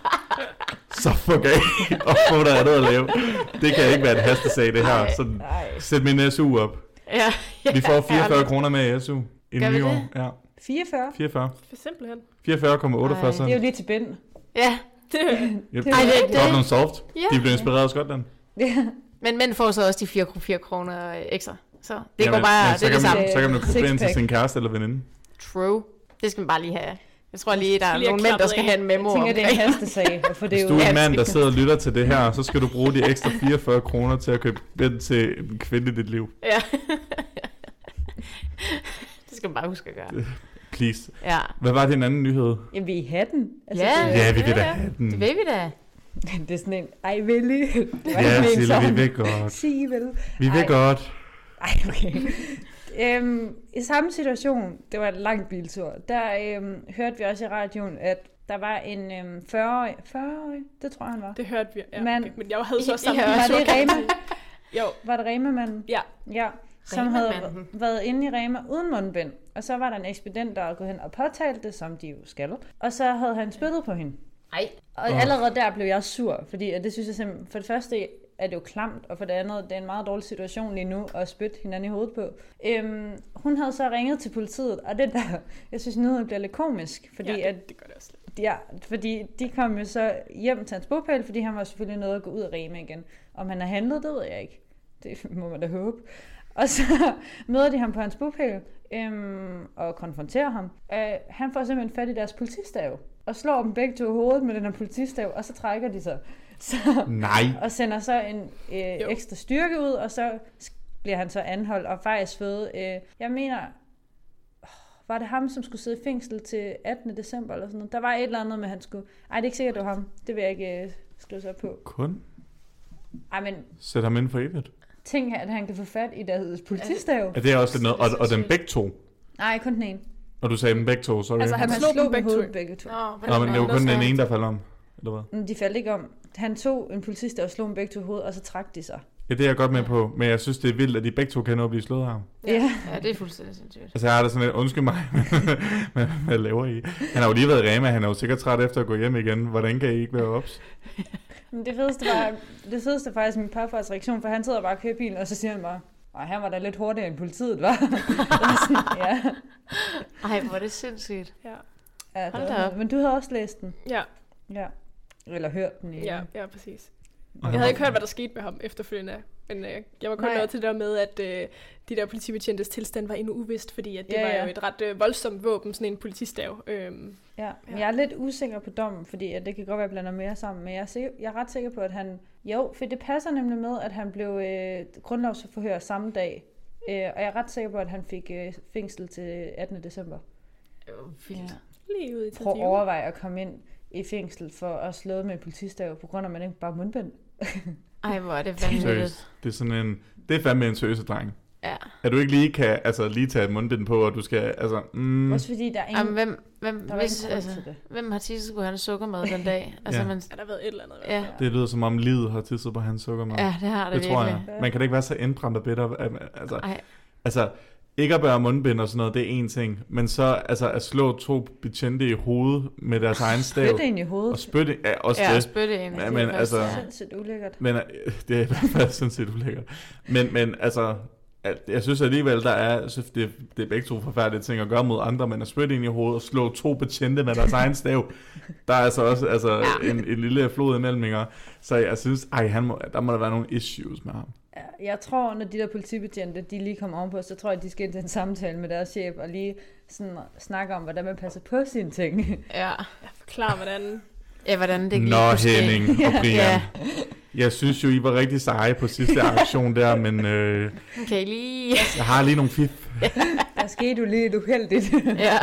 Så fuck af og få der andet at lave. Det kan ikke være et hastesag, det her. Så Nej. sæt min S U op. Ja. Vi får fireogfyrre kroner med i S U i Gør vi nye det? år. Ja, fireogfyrre? fireogfyrre. For simpelthen. fireogfyrre komma otteogfyrre Ej. cent. Det er jo lige til bind. Ja. Det, Yep. det Ej, det er det. Problem solved. Ja. De blev inspireret af Skotland. Ja. Men mænd får så også de fire kroner ekstra. Så det Jamen, går bare, men det så er kan det man, samme. Så kan man købe ind til Sixpack. sin kæreste eller veninde. True. Det skal man bare lige have. Jeg tror lige, der er Lige nogle mænd, der klappet skal af. have en memo Jeg tænker, det er en omkring. hastesag at få det Hvis ud. du er Ja, en mand, der det- sidder og lytter til det her, så skal du bruge de ekstra fireogfyrre kroner til at købe ind til en kvinde i dit liv. Ja. Det skal man bare huske at gøre. Please. Ja. Hvad var din anden nyhed? Jamen, vi er i hatten. Altså, Ja. det, Ja, vi vil da ja. have den. Det vil vi da. det er sådan en, ej, Willy. Det var Ja, sådan en Sille, sådan, vi vil godt. Sig vel. Vi vil Ej. godt. Ej, okay. øhm, I samme situation, det var en lang biltur, der øhm, hørte vi også i radioen, at der var en øhm, fyrre-årig, fyrre-årig, det tror jeg han var. det hørte vi. Ja, Men- men jeg havde så I- samme I har Var bil, det kan man Rema? sige. Jo, Var det Rema-manden? ja. Ja, som havde Rema-manden. været inde i Rema uden mundbind. Og så var der en ekspedient, der gået hen og påtalte det, som de jo skal. Og så havde han spyttet på hende. Ej. Og allerede der blev jeg sur, fordi at det synes jeg simpelthen, for det første er det jo klamt, og for det andet, det er en meget dårlig situation lige nu at spytte hinanden i hovedet på. Øhm, hun havde så ringet til politiet, og det der, jeg synes nyheden bliver lidt komisk, fordi ja, det, at det gør det også lidt. Ja, fordi de kom jo så hjem til hans bopæl, fordi han var selvfølgelig nødt at gå ud af Rema igen. Om han har handlet, det ved jeg ikke. Det må man da håbe. Og så møder de ham på hans bopæl øhm, og konfronterer ham. Øh, han får simpelthen fat i deres politistav og slår dem begge to i hovedet med den her politistav, og så trækker de sig. Så, Nej. og sender så en øh, ekstra styrke ud, og så bliver han så anholdt og faktisk fået. Øh, jeg mener... Var det ham, som skulle sidde i fængsel til attende december eller sådan noget? Der var et eller andet med, at han skulle... Ej, det er ikke sikkert, det var ham. Det vil jeg ikke uh, skrive sig på. Kun? Ej, men Sæt ham ind for evigt. tænk, at han kan få fat i deres politistav. Ja, det er også lidt noget. Og, og den begge to. Nej, kun den ene. Og du sagde dem begge to, sorry. Altså, Han, han slog slog dem dem begge begge, to. begge to. Nå, Nå, men det var kun den ene, der faldt om. Eller hvad? Men de faldt ikke om. Han tog en politistav og slog dem begge to i hovedet, og så trak de sig. Ja, det er jeg godt med på. Men jeg synes, det er vildt, at de begge to kan nå at blive slået af ham. Ja. Ja. ja, det er fuldstændig sindssygt. Altså, jeg har da sådan lidt, undskyld mig, men hvad laver I? Han har jo lige været i Rema, han er jo sikkert træt efter at gå hjem igen. Hvordan kan I ikke være ops? Men det fedeste var, det fedeste var faktisk min parfars reaktion, for han sidder bare og kører bilen, og så siger han bare, og han var da lidt hurtigere end politiet, var. ja. Ej, hvor er det sindssygt. Ja. Ja, det Hold var, da op. men du havde også læst den. Ja, Ja. Eller hørt den. ja, ja, præcis. Og Jeg havde ikke hørt, hvad der skete med ham efterfølgende, men øh, jeg var kun Nej. nået til det der med, at øh, de der politibetjentes tilstand var endnu uvist, fordi at det Ja, var ja. jo et ret øh, voldsomt våben, sådan en politistav. Øhm, Ja, men jeg er lidt usikker på dommen, fordi at det kan godt være, at jeg blander mere sammen, men jeg er, sikker, jeg er ret sikker på, at han... Jo, for det passer nemlig med, at han blev øh, grundlovsforhør samme dag, øh, og jeg er ret sikker på, at han fik øh, fængsel til attende december. Det var vildt. Ja. lige ude i Prøv at interview. overveje at komme ind i fængsel for at slå med en politistav, på grund af, at man ikke bare mundbind. Ej, hvor er det vanvittigt. Seriøst. Det er sådan en, det er fandme en seriøse dreng. Ja. At du ikke lige kan, altså lige tage et mundbind på, og du skal, altså, mm, Også fordi der er ingen... Jamen, hvem, hvem, der var hvis, ingen grund altså, til det. hvem har tisset skulle have en sukkermad den dag? Altså, Ja. man, Ja, der har været et eller andet. i Ja. hvert fald. det lyder som om livet har tisset på hans sukkermad. ja, det har det, det tror virkelig. jeg. Man kan da ikke være så indbrændt og bitter. at- Altså, Ej, altså, ikke at bære mundbind og sådan noget, det er én ting. Men så altså, at slå to betjente i hovedet med deres egen stav. Spytte ind i hovedet. Og spytte, ja, også ja, det. spytte egentlig. Ja, det men er faktisk- altså- Sindssygt ulækkert. Men øh, det er i hvert fald sådan set ulækkert. Men, men altså, at, jeg synes alligevel, der er, jeg synes, det, det er begge to forfærdelige ting at gøre mod andre, men at spytte ind i hovedet og slå to betjente med deres egen stav, der er altså også altså, Ja. en, en lille flod imellem, ikke? Så jeg synes, ej, han må, der må der være nogle issues med ham. Ja, jeg tror, når de der politibetjente, de lige kommer ovenpå, så tror jeg, de skal ind til en samtale med deres chef, og lige sådan snakke om, hvordan man passer på sine ting. Ja. Ja, forklar, hvordan... ja, hvordan det Nå, lige kunne ske. Henning og Brian. Ja. Jeg synes jo, I var rigtig seje på sidste aktion der, men øh, Kan I lige... jeg har lige nogle fif. Der skete jo lige et uheldigt. ja.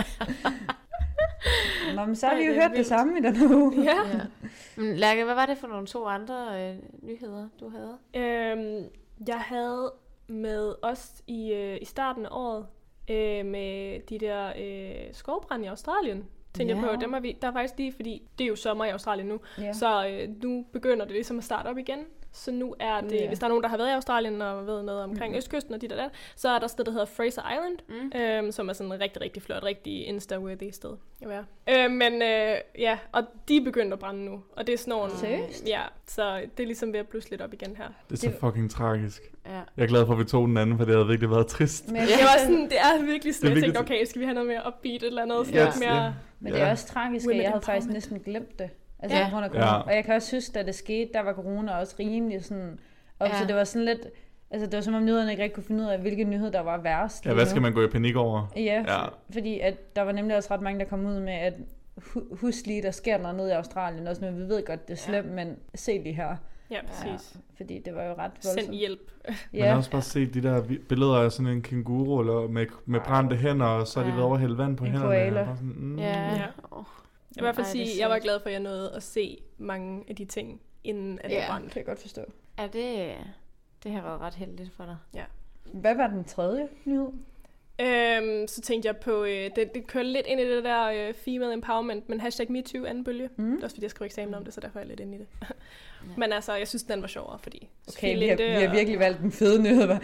Nå, men så har Ej, vi jo det er hørt det vildt. samme i den her uge. Ja. ja. Men Lærke, hvad var det for nogle to andre øh, nyheder, du havde? Øhm, jeg havde med os i, øh, i starten af året øh, med de der øh, skovbrænde i Australien. Tænkte Ja. jeg på, dem er vi, der er faktisk lige, fordi det er jo sommer i Australien nu, Ja. så øh, nu begynder det ligesom at starte op igen. Så nu er det, Ja. hvis der er nogen, der har været i Australien og ved noget omkring mm. østkysten og dit og dat, så er der et sted, der hedder Fraser Island, Mm. øhm, som er sådan et rigtig, rigtig flot, rigtig insta-worthy sted at være. Øh, men øh, ja, og de er begyndt at brænde nu, og det er sådan nogle... Seriøst? Ja, så det er ligesom ved at blusse lidt op igen her. Det er så Det- fucking tragisk. Ja. Jeg er glad for, at vi tog den anden, for det havde virkelig været trist. Men, jeg Det synes, var at- sådan, det er virkelig sådan, Det er jeg tænkte, virkelig- okay, skal vi have noget mere upbeat eller noget, Ja, sådan lidt mere... ja. men det er Ja. også tragisk, at Women jeg havde faktisk empowerment. næsten glemt det. Altså Ja. på grund af corona. Ja. Og jeg kan også huske, da det skete, der var corona også rimelig sådan... Og Ja. så det var sådan lidt... Altså det var som om nyhederne ikke rigtig kunne finde ud af, hvilke nyhed der var værst. Ja, lige hvad nu. skal man gå i panik over? Ja, Ja. ja. fordi at der var nemlig også ret mange, der kom ud med, at hu- husk lige, der sker noget nede i Australien. Også nu, vi ved godt, det er slemt, ja. men se lige her. Ja, præcis. Ja, fordi det var jo ret Send voldsomt. hjælp. Man Ja, har også bare set de der vi- billeder af sådan en kænguru eller med, med brændte hænder, og så har de Ja. været over at hælde vand på En hænderne. koala. og bare sådan, mm. Ja. Ja. Oh. Jeg vil i hvert fald Ej, det er sige, at jeg var sygt. glad for, at jeg nåede at se mange af de ting, inden at det Ja. brændte. kan jeg godt forstå. Er det... Det har været ret heldigt for dig. Hvad var den tredje nyhed? Øhm, så tænkte jeg på, øh, det, det kører lidt ind i det der øh, female empowerment, men hashtag MeToo anden bølge. Mm. Det er også fordi, jeg skriver eksamen om det, så derfor er jeg lidt inde i det. Ja. Men altså, jeg synes, den var sjovere, fordi... Okay, vi har, vi har virkelig valgt den fede nyhed, hva'?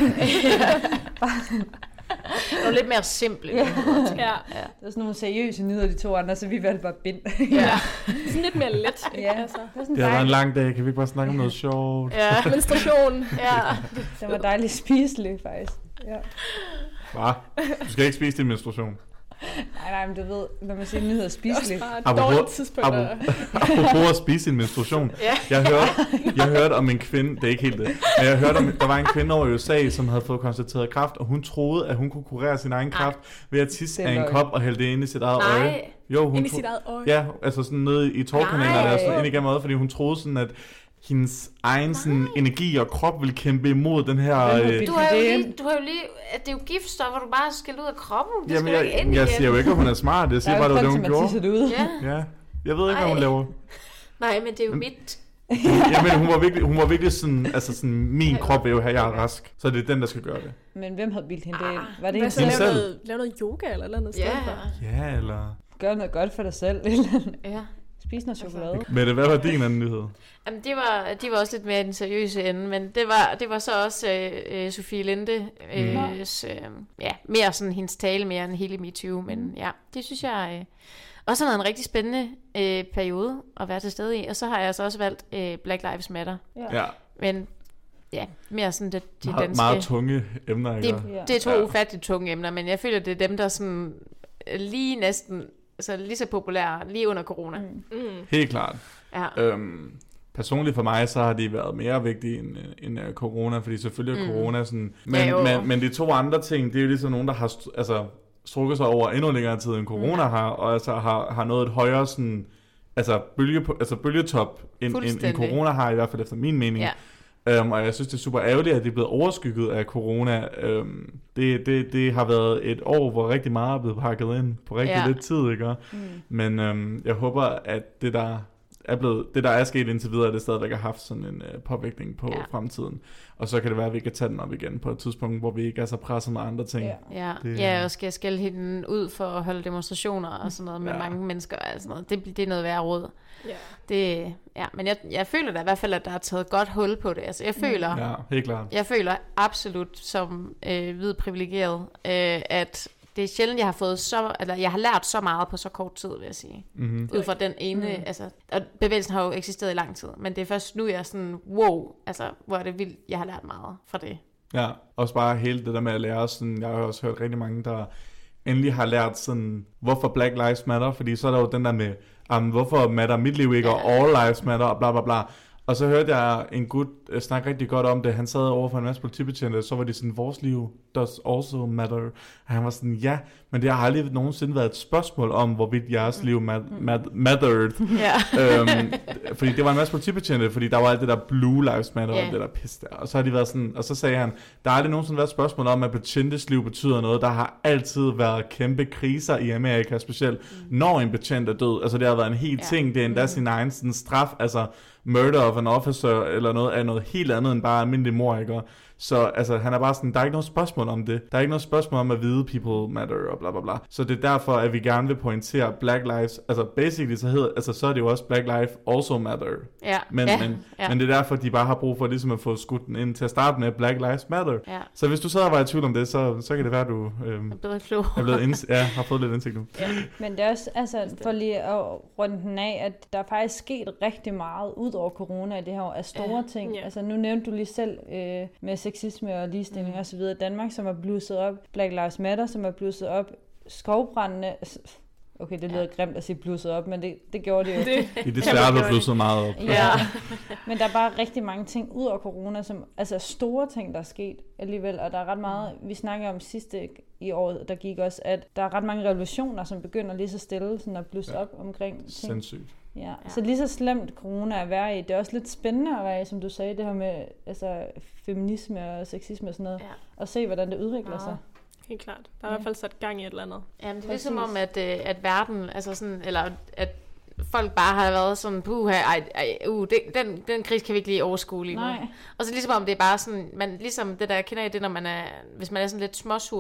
Det var lidt mere simple. Ja. Ja. Det var sådan nogle seriøse nyheder, de to andre, så vi valgte bare bind. Ja. Sådan lidt mere let. Ja. Altså. Det, det har været en lang dag, kan vi ikke bare snakke om noget sjovt? Ja, menstruation. Ja. Det var dejligt spiselig, faktisk. Ja. Hva? Du skal ikke spise din menstruation. Nej, nej, men du ved, når man siger nyheder spiseligt. Det er også bare et dårligt tidspunkt. Apropos at spise sin menstruation. Jeg hørte, jeg hørte om en kvinde, det er ikke helt det, men jeg hørte om, der var en kvinde over i U S A, som havde fået konstateret kræft, og hun troede, at hun kunne kurere sin egen kræft ved at tisse af en kop og hælde det ind i sit eget Nej. øje. Jo, hun ind i tro- sit eget øje? Ja, altså sådan nede i tårkanalerne og sådan ind igennem øjet, fordi hun troede sådan, at hendes egen sådan, energi og krop vil kæmpe imod den her... Øh... Du har jo lige, du har jo lige, at det er jo giftstoffer, du bare skal ud af kroppen. Det Jamen, skal jeg, ikke ind jeg igen. siger jo ikke, at hun er smart. Jeg siger bare, det var det, hun gjorde. Det ud. Ja. Ja, jeg ved ikke, hvad hun Ej. laver. Nej, men det er jo mit. Jamen, hun var virkelig, hun var virkelig sådan, altså sådan, min krop vil jo have, jeg er rask. Så det er den, der skal gøre det. Men hvem havde bildt hende det ind? Var det Hvad så, hende lave selv? noget, lave noget yoga eller eller andet? Ja. Ja, eller... Gør noget godt for dig selv. Ja. Spis noget chokolade. Mette, hvad var din anden nyhed? Jamen, de var, de var også lidt mere i den seriøse ende, men det var, det var så også øh, øh, Sofie Linde, øh, mm. øh, ja, mere sådan hendes tale mere end hele MeToo, men ja, det synes jeg øh, også har været en rigtig spændende øh, periode at være til stede i, og så har jeg altså også valgt øh, Black Lives Matter. Ja. Ja, Men ja, mere sådan det, de meget, danske... meget tunge emner, ikke? Det, det er to Ja. ufatteligt tunge emner, men jeg føler, det er dem, der sådan lige næsten, altså lige så populære, lige under corona. Mm. Mm. Helt klart. Ja. Øhm, personligt for mig, så har de været mere vigtige end, end uh, corona, fordi selvfølgelig er Mm. corona sådan... Men, Ja, jo. men, men de to andre ting, det er jo ligesom nogen, der har st- altså, strukket sig over endnu længere tid, end corona mm. har, og altså har, har nået et højere sådan... Altså, bølge, altså bølgetop, end, end, end corona har, i hvert fald efter min mening. Ja. Um, og jeg synes, det er super ærgerligt, at det er blevet overskygget af corona. Um, det, det, det har været et år, hvor rigtig meget er blevet pakket ind på rigtig Ja. lidt tid, ikke? Mm. Men um, jeg håber, at det der er blevet, det der er sket indtil videre, det stadigvæk har haft sådan en uh, påvirkning på Ja. fremtiden. Og så kan det være, at vi kan tage den op igen på et tidspunkt, hvor vi ikke er så presset med andre ting. Ja. Ja, Det- ja, og skal skælde hende ud for at holde demonstrationer og sådan noget med Ja. mange mennesker og sådan noget. Det, det er noget værre råd. Ja. Det, ja, men jeg, jeg føler da i hvert fald, at der er taget godt hul på det. Altså, jeg føler, Ja, helt klart. jeg føler absolut som øh, hvid privilegeret, øh, at det er sjældent, jeg har fået så, eller jeg har lært så meget på så kort tid, vil jeg sige. Mm-hmm. Ud fra den ene, mm. altså, og bevægelsen har jo eksisteret i lang tid, men det er først nu, jeg er sådan, wow, altså, hvor er det vildt, jeg har lært meget fra det. Ja, også bare hele det der med at lære sådan, jeg har også hørt rigtig mange, der endelig har lært sådan, hvorfor Black Lives Matter, fordi så er der jo den der med, um, hvorfor matter mit liv ikke, og all lives matter, og bla bla bla. Og så hørte jeg en gut uh, snakke rigtig godt om det. Han sad over for en masse politibetjente, så var de sådan, vores liv does also matter. Og han var sådan, ja, men det har aldrig nogensinde været et spørgsmål om, hvorvidt jeres liv mat- mat- mattered. Ja. øhm, fordi det var en masse politibetjente, fordi der var alt det der Blue Lives Matter, Yeah. og det der pis der. Og så har de været sådan, og så sagde han, der har aldrig nogensinde været et spørgsmål om, at betjentes liv betyder noget. Der har altid været kæmpe kriser i Amerika, specielt mm. når en betjent er død. Altså det har været en helt Ja. ting, det er endda mm. sin egen sådan, straf, altså murder of an officer, eller noget, er noget helt andet end bare almindelig mor, ikke? Så altså, han er bare sådan, der er ikke noget spørgsmål om det. Der er ikke noget spørgsmål om, at hvide people matter, og bla bla bla. Så det er derfor, at vi gerne vil pointere Black Lives, altså basically, så, hedder, altså, så er det jo også Black Life also matter. Ja. Men, ja. men, ja. men det er derfor, de bare har brug for ligesom at få skudt den ind til at starte med Black Lives Matter. Ja. Så hvis du sidder og var i tvivl om det, så, så kan det være, at du øhm, Jeg er blevet klog. er blevet inds- ja, har fået lidt indsigt nu. Ja. Men det er også, altså, for lige at runde den af, at der er faktisk sket rigtig meget ud over corona i det her år af store Ja. ting. Ja. Altså, nu nævnte du lige selv øh, med sexisme og ligestilling mm. og så videre. Danmark, som er blusset op. Black Lives Matter, som er blusset op. Skovbrændende. Okay, det lyder Ja. grimt at sige blusset op, men det, det gjorde det jo. Det, Det er desværre blevet blusset meget op. Ja, men der er bare rigtig mange ting ud over corona, som, altså store ting, der er sket alligevel, og der er ret meget, vi snakker om sidste i året, der gik også, at der er ret mange revolutioner, som begynder lige så stille sådan at blusse Ja. op omkring ting. Sindssygt. Ja. Ja. Så lige så slemt corona er at være i, det er også lidt spændende at være i, som du sagde, det her med altså, feminisme og sexisme og sådan noget, Ja. og se, hvordan det udvikler Meget. sig. helt klart. Der er Ja. i hvert fald sat gang i et eller andet. Jamen, det er ligesom Præcis. om, at, øh, at verden, altså sådan, eller at folk bare har været sådan, puh, ej, ej, uh, det, den, den kris kan vi ikke lige overskue lige nu. Nej. Og så ligesom om det er bare sådan, man, ligesom det der, kender I det, når man er, hvis man er sådan lidt småsur,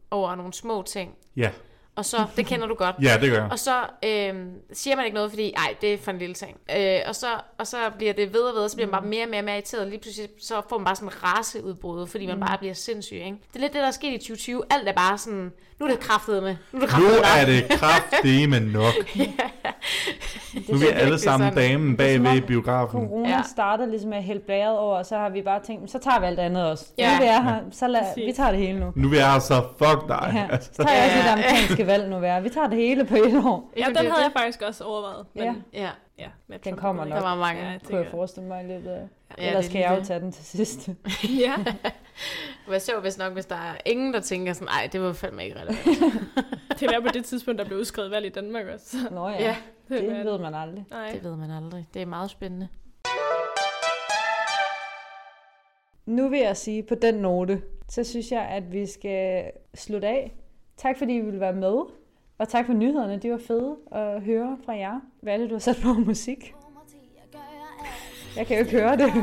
over nogle små ting. Ja. Og så, det kender du godt. Ja, det gør jeg. Og så øh, siger man ikke noget, fordi, ej, det er for en lille ting. Øh, og, så, og så bliver det ved og ved, så bliver man bare mere og mere, mere irriteret. Lige pludselig så får man bare sådan en raceudbrud, fordi man mm. bare bliver sindssyg, ikke? Det er lidt det, der er sket i tyve tyve. Alt er bare sådan, nu er det kraftet med. Nu er det, nu er det kraftedeme nok. Ja. Nu er vi alle sammen damen bagved i biografen. Corona ja. startede ligesom med at hælde blæret over, og så har vi bare tænkt, så tager vi alt andet også. Ja. Nu vi er her, så lad, vi tager det hele nu. Nu vi er så fuck dig. Ja. Så tager jeg også det amerikanske valg nu være. Vi tager det hele på et år. Ja, den havde jeg faktisk også overvejet. Men ja. ja. Ja, den kommer nok. Der var mange. Ja, kunne jeg forestille mig i løbet af. Ja, ellers kan jeg jo tage den til sidst. Ja. Hvad så hvis nok, hvis der er ingen, der tænker sådan, ej, det var fandme ikke relevant. Det er på det tidspunkt, der blev udskrevet valg i Danmark også. Nå ja, ja. det, det ved man aldrig. Nej. Det ved man aldrig. Det er meget spændende. Nu vil jeg sige, på den note, så synes jeg, at vi skal slutte af. Tak fordi I ville være med. Og tak for nyhederne, de var fede at høre fra jer. Hvad er det, du har sat på musik? Jeg kan jo ikke høre det.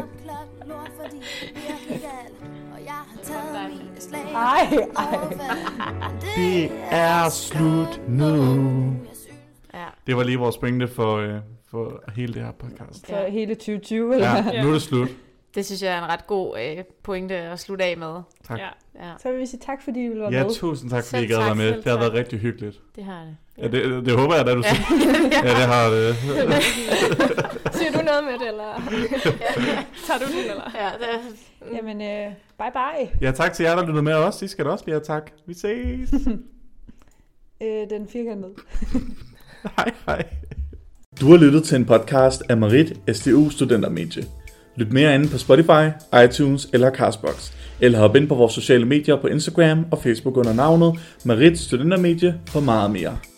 Ej, ej. Det er slut nu. Ja. Det var lige vores pointe for, øh, for hele det her podcast. For ja. hele tyve tyve, eller? Ja, nu er det slut. Det synes jeg er en ret god øh, pointe at slutte af med. Tak. Ja. Ja. Så vil vi sige tak, fordi I ville være ja, med. Ja, tusind tak, fordi I gad være med. Det har været rigtig hyggeligt. Det har det. Ja, ja det, det håber jeg da, du siger. Ja, det har det. Siger du noget med det, eller tager du den, eller? Ja, det... Jamen, øh, bye bye. Ja, tak til jer, der lyttede med os. I skal da også lige have tak. Vi ses. øh, den firkantede. Hej, hej. Du har lyttet til en podcast af Merit S D U Studentermedie. Lyt mere inde på Spotify, iTunes eller Castbox. Eller hop ind på vores sociale medier på Instagram og Facebook under navnet Merit Studentermedie for meget mere.